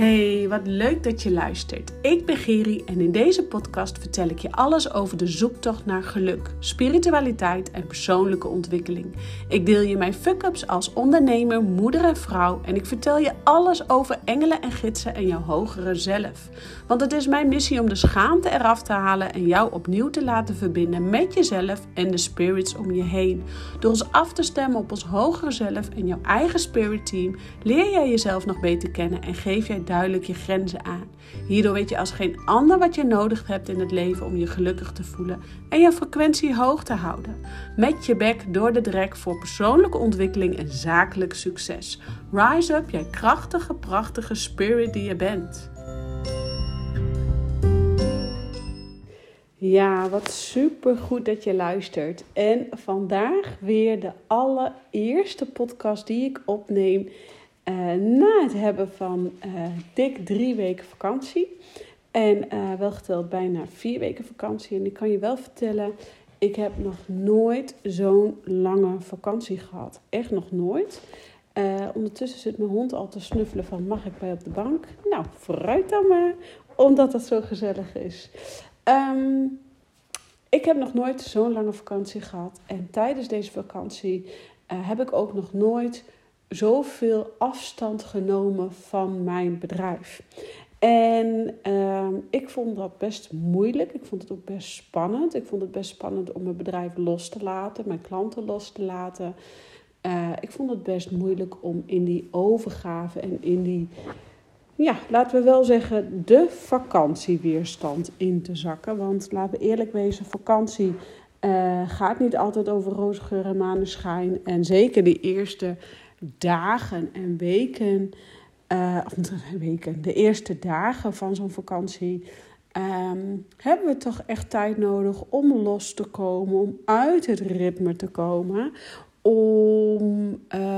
Hey, wat leuk dat je luistert. Ik ben Geri en in deze podcast vertel ik je alles over de zoektocht naar geluk, spiritualiteit en persoonlijke ontwikkeling. Ik deel je mijn fuck-ups als ondernemer, moeder en vrouw en ik vertel je alles over engelen en gidsen en jouw hogere zelf. Want het is mijn missie om de schaamte eraf te halen en jou opnieuw te laten verbinden met jezelf en de spirits om je heen. Door ons af te stemmen op ons hogere zelf en jouw eigen spirit team leer jij jezelf nog beter kennen en geef jij duidelijk je grenzen aan. Hierdoor weet je als geen ander wat je nodig hebt in het leven om je gelukkig te voelen en je frequentie hoog te houden. Met je bek door de drek voor persoonlijke ontwikkeling en zakelijk succes. Rise up, jij krachtige, prachtige spirit die je bent. Ja, wat super goed dat je luistert. En vandaag weer de allereerste podcast die ik opneem na het hebben van dik 3 weken vakantie. En wel geteld bijna 4 weken vakantie. En ik kan je wel vertellen, ik heb nog nooit zo'n lange vakantie gehad. Echt nog nooit. Ondertussen zit mijn hond al te snuffelen van mag ik bij op de bank? Nou, vooruit dan maar, omdat dat zo gezellig is. Ik heb nog nooit zo'n lange vakantie gehad. En tijdens deze vakantie heb ik ook nog nooit zoveel afstand genomen van mijn bedrijf. En ik vond dat best moeilijk. Ik vond het ook best spannend. Ik vond het best spannend om mijn bedrijf los te laten, mijn klanten los te laten. Ik vond het best moeilijk om in die overgave en in die, ja, laten we wel zeggen, de vakantieweerstand in te zakken. Want laten we eerlijk wezen, vakantie gaat niet altijd over roze geur en maneschijn. En zeker de eerste dagen en weken, de eerste dagen van zo'n vakantie, hebben we toch echt tijd nodig om los te komen, om uit het ritme te komen, om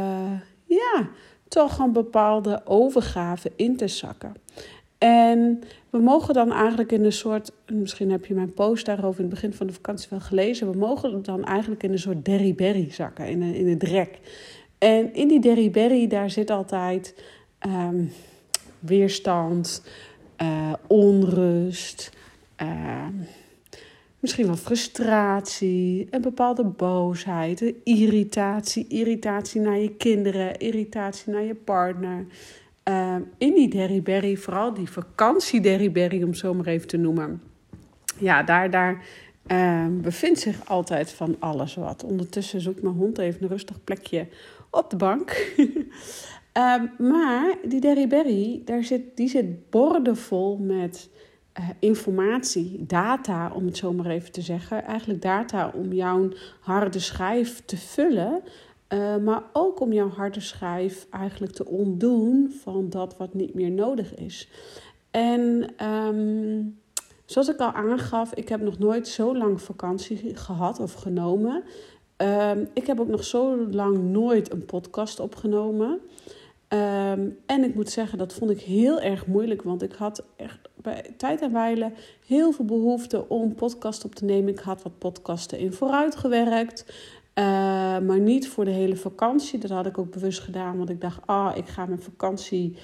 toch een bepaalde overgave in te zakken. En we mogen dan eigenlijk in een soort, misschien heb je mijn post daarover in het begin van de vakantie wel gelezen, we mogen dan eigenlijk in een soort derry-berry zakken, in een drek. En in die derry-berry, daar zit altijd weerstand, onrust, misschien wel frustratie, een bepaalde boosheid, irritatie naar je kinderen, irritatie naar je partner. In die derry-berry, vooral die vakantie-derry-berry, om zo maar even te noemen. Ja, daar bevindt zich altijd van alles wat. Ondertussen zoekt mijn hond even een rustig plekje op de bank. Maar die derry-berry, die zit boordevol met informatie, data, om het zo maar even te zeggen. Eigenlijk data om jouw harde schijf te vullen. Maar ook om jouw harde schijf eigenlijk te ontdoen van dat wat niet meer nodig is. En zoals ik al aangaf, ik heb nog nooit zo lang vakantie gehad of genomen. Ik heb ook nog zo lang nooit een podcast opgenomen. En ik moet zeggen, dat vond ik heel erg moeilijk. Want ik had echt bij tijd en wijle heel veel behoefte om podcast op te nemen. Ik had wat podcasten in vooruit gewerkt. Maar niet voor de hele vakantie. Dat had ik ook bewust gedaan. Want ik dacht, ik ga mijn vakantie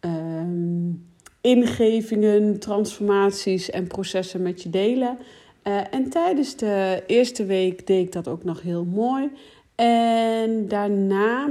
ingevingen, transformaties en processen met je delen. En tijdens de eerste week deed ik dat ook nog heel mooi. En daarna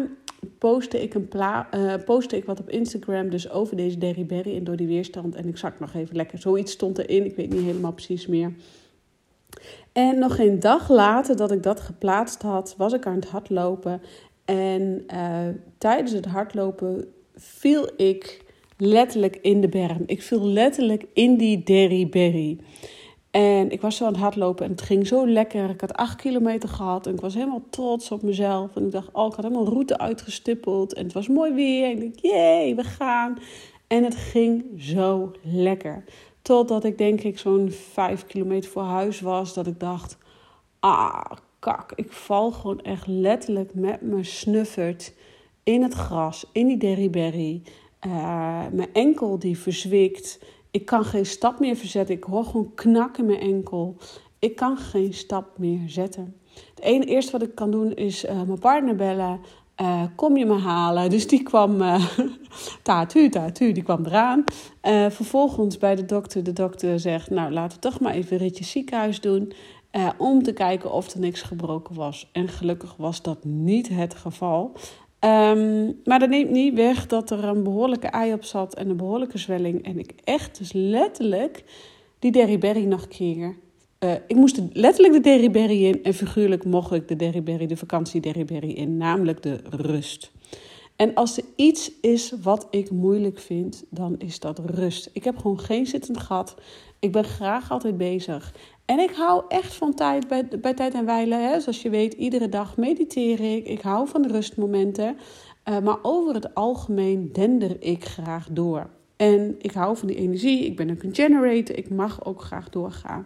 postte ik wat op Instagram dus over deze derry-berry en door die weerstand. En ik zak nog even lekker. Zoiets stond erin. Ik weet niet helemaal precies meer. En nog geen dag later dat ik dat geplaatst had, was ik aan het hardlopen. En tijdens het hardlopen viel ik letterlijk in de berm. Ik viel letterlijk in die derry-berry. En ik was zo aan het hardlopen en het ging zo lekker. Ik had 8 kilometer gehad en ik was helemaal trots op mezelf. En ik dacht, ik had helemaal een route uitgestippeld. En het was mooi weer. En ik dacht, jee, we gaan. En het ging zo lekker. Totdat ik denk ik zo'n 5 kilometer voor huis was. Dat ik dacht, kak. Ik val gewoon echt letterlijk met mijn snuffert in het gras. In die derry-berry. Mijn enkel die verzwikt. Ik kan geen stap meer verzetten. Ik hoor gewoon knak in mijn enkel. Ik kan geen stap meer zetten. Het eerste wat ik kan doen is mijn partner bellen. Kom je me halen? Dus die kwam, tatu, die kwam eraan. Vervolgens bij de dokter. De dokter zegt, nou laten we toch maar even een ritje ziekenhuis doen. Om te kijken of er niks gebroken was. En gelukkig was dat niet het geval. Maar dat neemt niet weg dat er een behoorlijke ei op zat en een behoorlijke zwelling. En ik echt dus letterlijk die Derryberry nog keer. Ik moest letterlijk de Derryberry in en figuurlijk mocht ik de vakantie Derryberry in. Namelijk de rust. En als er iets is wat ik moeilijk vind, dan is dat rust. Ik heb gewoon geen zittend gat. Ik ben graag altijd bezig. En ik hou echt van tijd bij tijd en wijle. Hè. Zoals je weet, iedere dag mediteer ik. Ik hou van de rustmomenten. Maar over het algemeen dender ik graag door. En ik hou van die energie. Ik ben ook een generator. Ik mag ook graag doorgaan.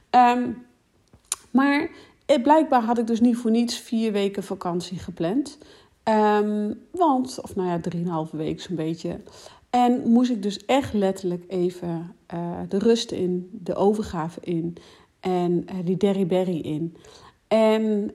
Maar blijkbaar had ik dus niet voor niets 4 weken vakantie gepland. 3,5 week zo'n beetje. En moest ik dus echt letterlijk even de rust in, de overgave in en die Derryberry in. En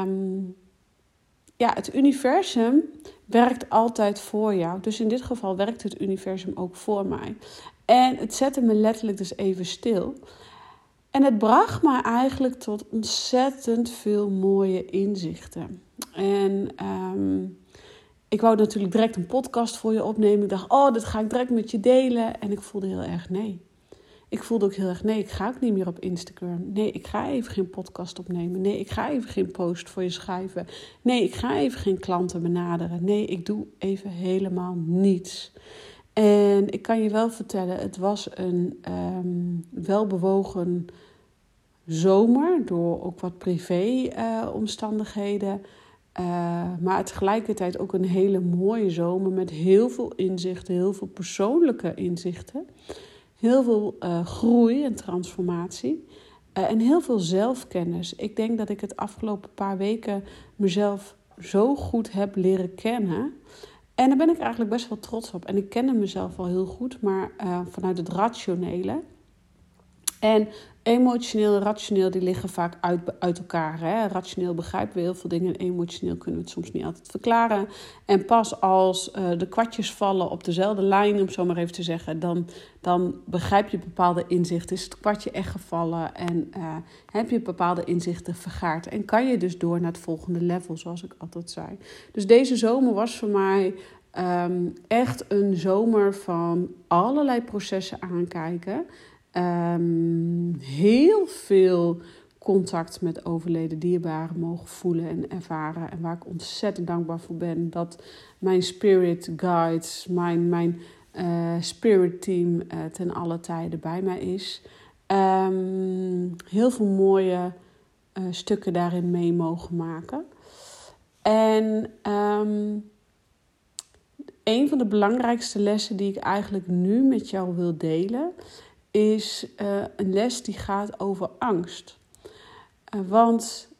het universum werkt altijd voor jou. Dus in dit geval werkt het universum ook voor mij. En het zette me letterlijk dus even stil. En het bracht me eigenlijk tot ontzettend veel mooie inzichten. En ik wou natuurlijk direct een podcast voor je opnemen. Ik dacht, dit ga ik direct met je delen. En ik voelde heel erg nee. Ik voelde ook heel erg nee, ik ga ook niet meer op Instagram. Nee, ik ga even geen podcast opnemen. Nee, ik ga even geen post voor je schrijven. Nee, ik ga even geen klanten benaderen. Nee, ik doe even helemaal niets. En ik kan je wel vertellen, het was een welbewogen zomer. Door ook wat privé omstandigheden. Maar tegelijkertijd ook een hele mooie zomer met heel veel inzichten, heel veel persoonlijke inzichten. Heel veel groei en transformatie. En heel veel zelfkennis. Ik denk dat ik het afgelopen paar weken mezelf zo goed heb leren kennen. En daar ben ik eigenlijk best wel trots op. En ik kende mezelf al heel goed, maar vanuit het rationele. En emotioneel en rationeel, die liggen vaak uit elkaar. Hè? Rationeel begrijpen we heel veel dingen en emotioneel kunnen we het soms niet altijd verklaren. En pas als de kwartjes vallen op dezelfde lijn, om zo maar even te zeggen, dan begrijp je bepaalde inzichten. Is het kwartje echt gevallen en heb je bepaalde inzichten vergaard. En kan je dus door naar het volgende level, zoals ik altijd zei. Dus deze zomer was voor mij echt een zomer van allerlei processen aankijken. Heel veel contact met overleden dierbaren mogen voelen en ervaren. En waar ik ontzettend dankbaar voor ben. Dat mijn spirit guides, mijn spirit team ten alle tijden bij mij is. Heel veel mooie stukken daarin mee mogen maken. En een van de belangrijkste lessen die ik eigenlijk nu met jou wil delen is een les die gaat over angst. Want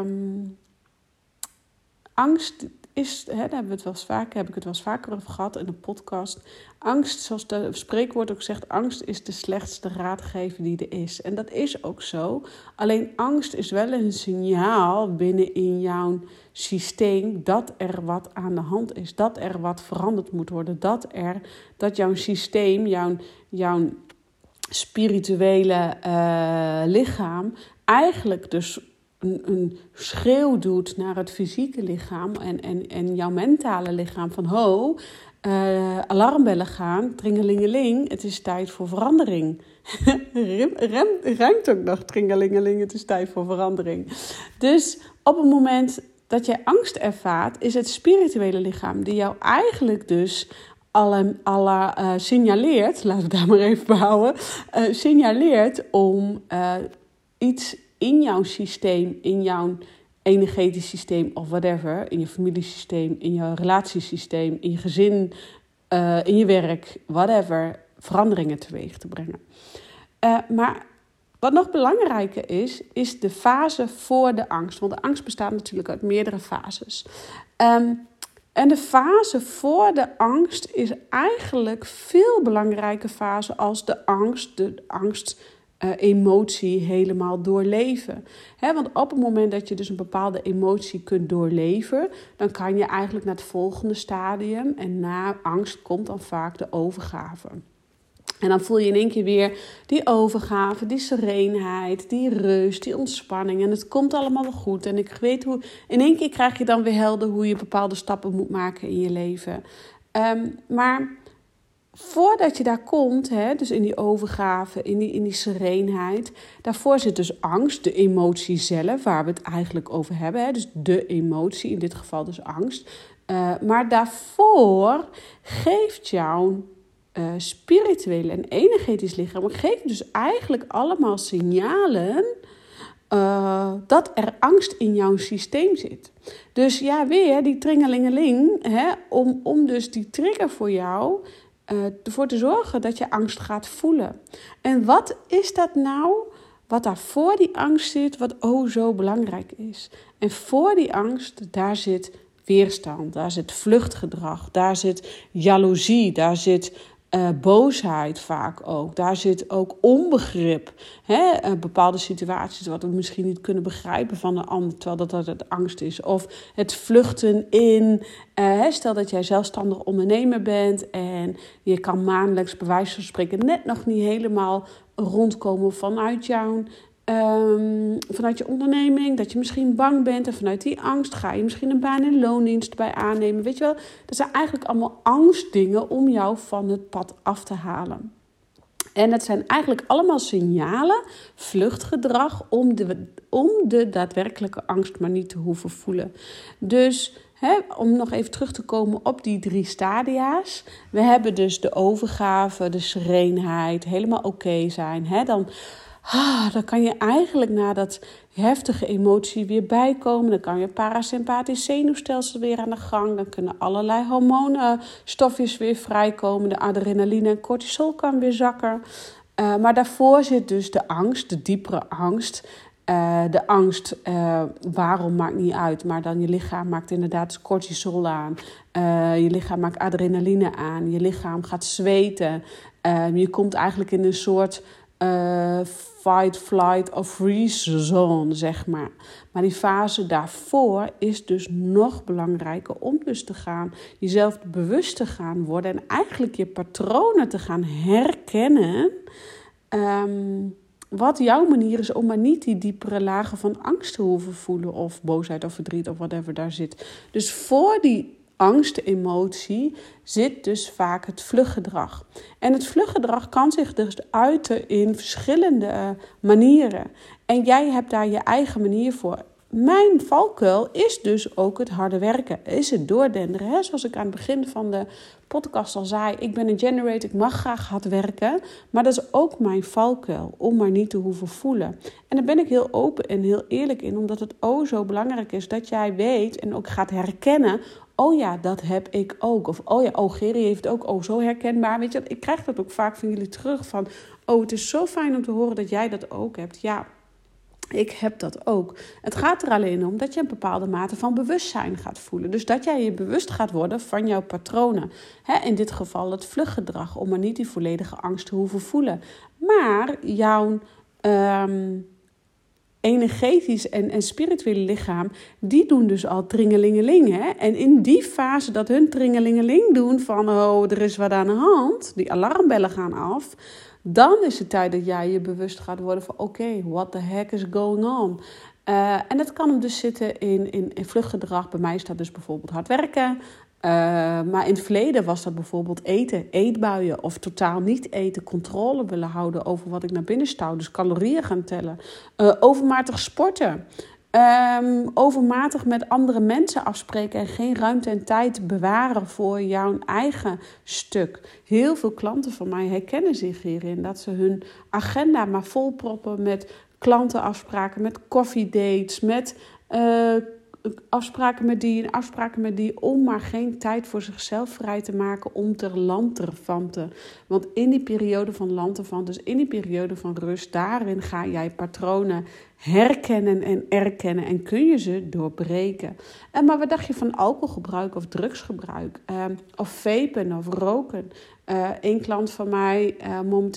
angst is, daar heb ik het wel eens vaker over gehad in een podcast. Angst, zoals het spreekwoord ook zegt, angst is de slechtste raadgever die er is. En dat is ook zo. Alleen angst is wel een signaal binnenin jouw systeem dat er wat aan de hand is. Dat er wat veranderd moet worden. Dat jouw systeem, jouw spirituele lichaam eigenlijk dus een schreeuw doet naar het fysieke lichaam en jouw mentale lichaam van alarmbellen gaan, tringelingeling, het is tijd voor verandering. Ruimt ook nog, tringelingeling, het is tijd voor verandering. Dus op het moment dat jij angst ervaart, is het spirituele lichaam die jou eigenlijk dus signaleert, laten we daar maar even behouden, signaleert om iets in jouw systeem, in jouw energetisch systeem of whatever, in je familiesysteem, in je relatiesysteem, in je gezin, in je werk, whatever, veranderingen teweeg te brengen. Maar wat nog belangrijker is de fase voor de angst. Want de angst bestaat natuurlijk uit meerdere fases. En de fase voor de angst is eigenlijk veel belangrijke fase als de angst emotie helemaal doorleven. Want op het moment dat je dus een bepaalde emotie kunt doorleven, dan kan je eigenlijk naar het volgende stadium. En na angst komt dan vaak de overgave. En dan voel je in één keer weer die overgave, die serenheid, die rust, die ontspanning. En het komt allemaal wel goed. En ik weet hoe, in één keer krijg je dan weer helder hoe je bepaalde stappen moet maken in je leven. Maar voordat je daar komt, dus in die overgave, in die serenheid, daarvoor zit dus angst, de emotie zelf, waar we het eigenlijk over hebben. Dus de emotie, in dit geval dus angst. Maar daarvoor geeft jouw spirituele en energetisch lichaam geeft dus eigenlijk allemaal signalen dat er angst in jouw systeem zit. Dus ja, weer die tringelingeling, om dus die trigger voor jou ervoor te zorgen dat je angst gaat voelen. En wat is dat nou wat daar voor die angst zit, wat zo belangrijk is? En voor die angst, daar zit weerstand, daar zit vluchtgedrag, daar zit jaloezie, daar zit boosheid vaak ook. Daar zit ook onbegrip. Bepaalde situaties wat we misschien niet kunnen begrijpen van de ander, terwijl dat het angst is. Of het vluchten in. Stel dat jij zelfstandig ondernemer bent en je kan maandelijks bij wijze van spreken net nog niet helemaal rondkomen vanuit je onderneming, dat je misschien bang bent en vanuit die angst ga je misschien een baan in loondienst bij aannemen. Weet je wel, dat zijn eigenlijk allemaal angstdingen om jou van het pad af te halen. En het zijn eigenlijk allemaal signalen, vluchtgedrag, om de daadwerkelijke angst maar niet te hoeven voelen. Dus om nog even terug te komen op die 3 stadia's. We hebben dus de overgave, de serenheid, helemaal oké zijn. Dan kan je eigenlijk na dat heftige emotie weer bijkomen. Dan kan je parasympathisch zenuwstelsel weer aan de gang. Dan kunnen allerlei hormoonstofjes weer vrijkomen. De adrenaline en cortisol kan weer zakken. Maar daarvoor zit dus de angst, de diepere angst. De angst, waarom maakt niet uit. Maar dan je lichaam maakt inderdaad cortisol aan. Je lichaam maakt adrenaline aan. Je lichaam gaat zweten. Je komt eigenlijk in een soort fight, flight of freeze zone, zeg maar. Maar die fase daarvoor is dus nog belangrijker om dus te gaan, jezelf bewust te gaan worden en eigenlijk je patronen te gaan herkennen. Wat jouw manier is om maar niet die diepere lagen van angst te hoeven voelen of boosheid of verdriet of whatever daar zit. Dus voor die angstemotie zit dus vaak het vluchtgedrag. En het vluchtgedrag kan zich dus uiten in verschillende manieren. En jij hebt daar je eigen manier voor. Mijn valkuil is dus ook het harde werken. Is het doordenderen. Zoals ik aan het begin van de podcast al zei. Ik ben een generator. Ik mag graag hard werken. Maar dat is ook mijn valkuil. Om maar niet te hoeven voelen. En daar ben ik heel open en heel eerlijk in. Omdat het zo belangrijk is dat jij weet en ook gaat herkennen. Oh ja, dat heb ik ook. Of Gerrie heeft het ook zo herkenbaar. Weet je, ik krijg dat ook vaak van jullie terug. Van, het is zo fijn om te horen dat jij dat ook hebt. Ja, ik heb dat ook. Het gaat er alleen om dat je een bepaalde mate van bewustzijn gaat voelen. Dus dat jij je bewust gaat worden van jouw patronen. In dit geval het vluchtgedrag, om maar niet die volledige angst te hoeven voelen. Maar jouw energetisch en spirituele lichaam, die doen dus al tringelingeling. En in die fase dat hun tringelingeling doen van, er is wat aan de hand, die alarmbellen gaan af, dan is het tijd dat jij je bewust gaat worden van, oké, what the heck is going on? En dat kan hem dus zitten in vluchtgedrag. Bij mij is dat dus bijvoorbeeld hard werken. Maar in het verleden was dat bijvoorbeeld eten, eetbuien of totaal niet eten, controle willen houden over wat ik naar binnen stouw, dus calorieën gaan tellen, overmatig sporten, overmatig met andere mensen afspreken en geen ruimte en tijd bewaren voor jouw eigen stuk. Heel veel klanten van mij herkennen zich hierin, dat ze hun agenda maar volproppen met klantenafspraken, met koffiedates, met afspraken met die en afspraken met die, om maar geen tijd voor zichzelf vrij te maken om te lanterfanten. Want in die periode van lanterfanten, dus in die periode van rust, daarin ga jij patronen herkennen en erkennen en kun je ze doorbreken. Maar wat dacht je van alcoholgebruik of drugsgebruik? Of vapen of roken? Een klant van mij momenteel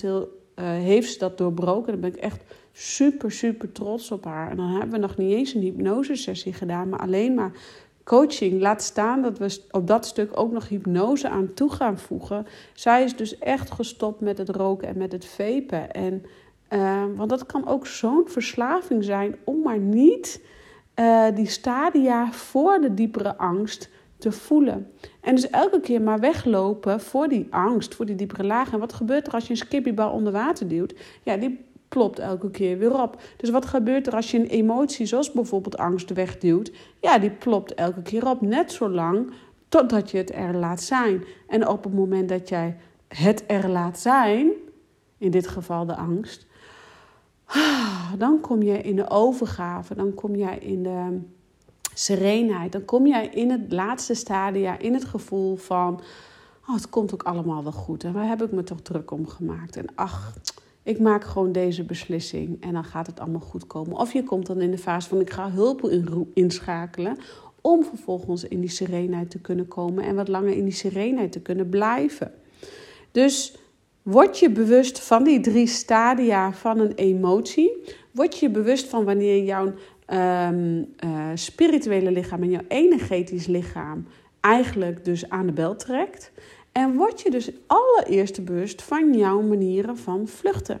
heeft ze dat doorbroken. Daar ben ik echt super, super trots op haar. En dan hebben we nog niet eens een hypnosesessie gedaan, maar alleen maar coaching. Laat staan dat we op dat stuk ook nog hypnose aan toe gaan voegen. Zij is dus echt gestopt met het roken en met het vapen. En, want dat kan ook zo'n verslaving zijn om maar niet die stadia voor de diepere angst te voelen. En dus elke keer maar weglopen voor die angst, voor die diepere lagen. En wat gebeurt er als je een skippiebal onder water duwt? Ja, die plopt elke keer weer op. Dus wat gebeurt er als je een emotie, zoals bijvoorbeeld angst, wegduwt? Ja, die plopt elke keer op. Net zo lang totdat je het er laat zijn. En op het moment dat jij het er laat zijn, in dit geval de angst, dan kom je in de overgave, dan kom jij in de serenheid, dan kom jij in het laatste stadia, in het gevoel van, het komt ook allemaal wel goed. En waar heb ik me toch druk om gemaakt? En ik maak gewoon deze beslissing en dan gaat het allemaal goed komen. Of je komt dan in de fase van, ik ga hulp inschakelen om vervolgens in die serenheid te kunnen komen en wat langer in die serenheid te kunnen blijven. Dus word je bewust van die 3 stadia van een emotie. Word je bewust van wanneer jouw spirituele lichaam en jouw energetisch lichaam eigenlijk dus aan de bel trekt. En word je dus allereerst bewust van jouw manieren van vluchten.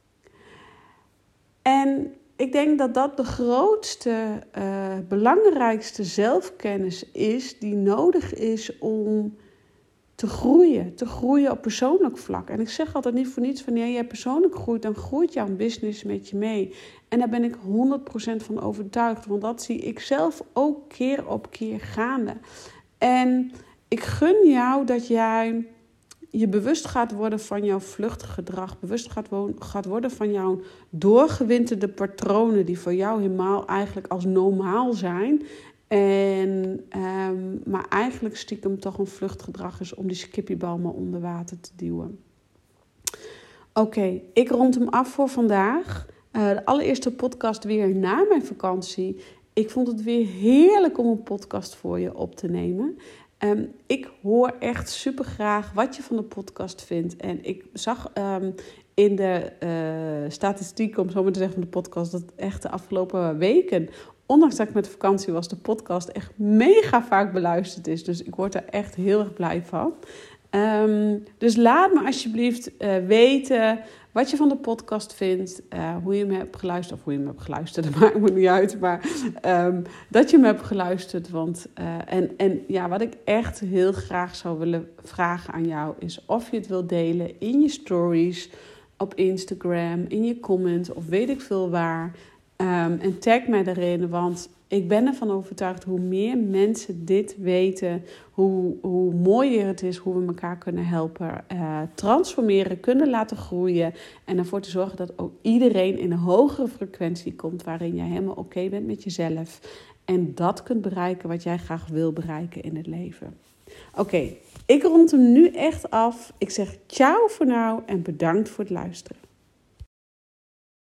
En ik denk dat dat de grootste, belangrijkste zelfkennis is die nodig is om te groeien op persoonlijk vlak. En ik zeg altijd niet voor niets, wanneer jij persoonlijk groeit, dan groeit jouw business met je mee. En daar ben ik 100% van overtuigd, want dat zie ik zelf ook keer op keer gaande. En ik gun jou dat jij je bewust gaat worden van jouw vluchtgedrag, bewust gaat worden van jouw doorgewinterde patronen die voor jou helemaal eigenlijk als normaal zijn. Maar eigenlijk stiekem toch een vluchtgedrag is om die skippiebal maar onder water te duwen. Oké, ik rond hem af voor vandaag. De allereerste podcast weer na mijn vakantie. Ik vond het weer heerlijk om een podcast voor je op te nemen. Ik hoor echt super graag wat je van de podcast vindt. En ik zag in de statistieken, om zo maar te zeggen, van de podcast, dat echt de afgelopen weken, ondanks dat ik met vakantie was, de podcast echt mega vaak beluisterd is. Dus ik word daar echt heel erg blij van. Dus laat me alsjeblieft weten wat je van de podcast vindt. Hoe je me hebt geluisterd. Of hoe je me hebt geluisterd, dat maakt me niet uit. Maar dat je me hebt geluisterd. Want, wat ik echt heel graag zou willen vragen aan jou is of je het wilt delen in je stories, op Instagram, in je comments of weet ik veel waar. En tag mij erin, want ik ben ervan overtuigd hoe meer mensen dit weten, hoe mooier het is, hoe we elkaar kunnen helpen, transformeren, kunnen laten groeien. En ervoor te zorgen dat ook iedereen in een hogere frequentie komt waarin jij helemaal oké bent met jezelf. En dat kunt bereiken wat jij graag wil bereiken in het leven. Oké, ik rond hem nu echt af. Ik zeg ciao voor nou en bedankt voor het luisteren.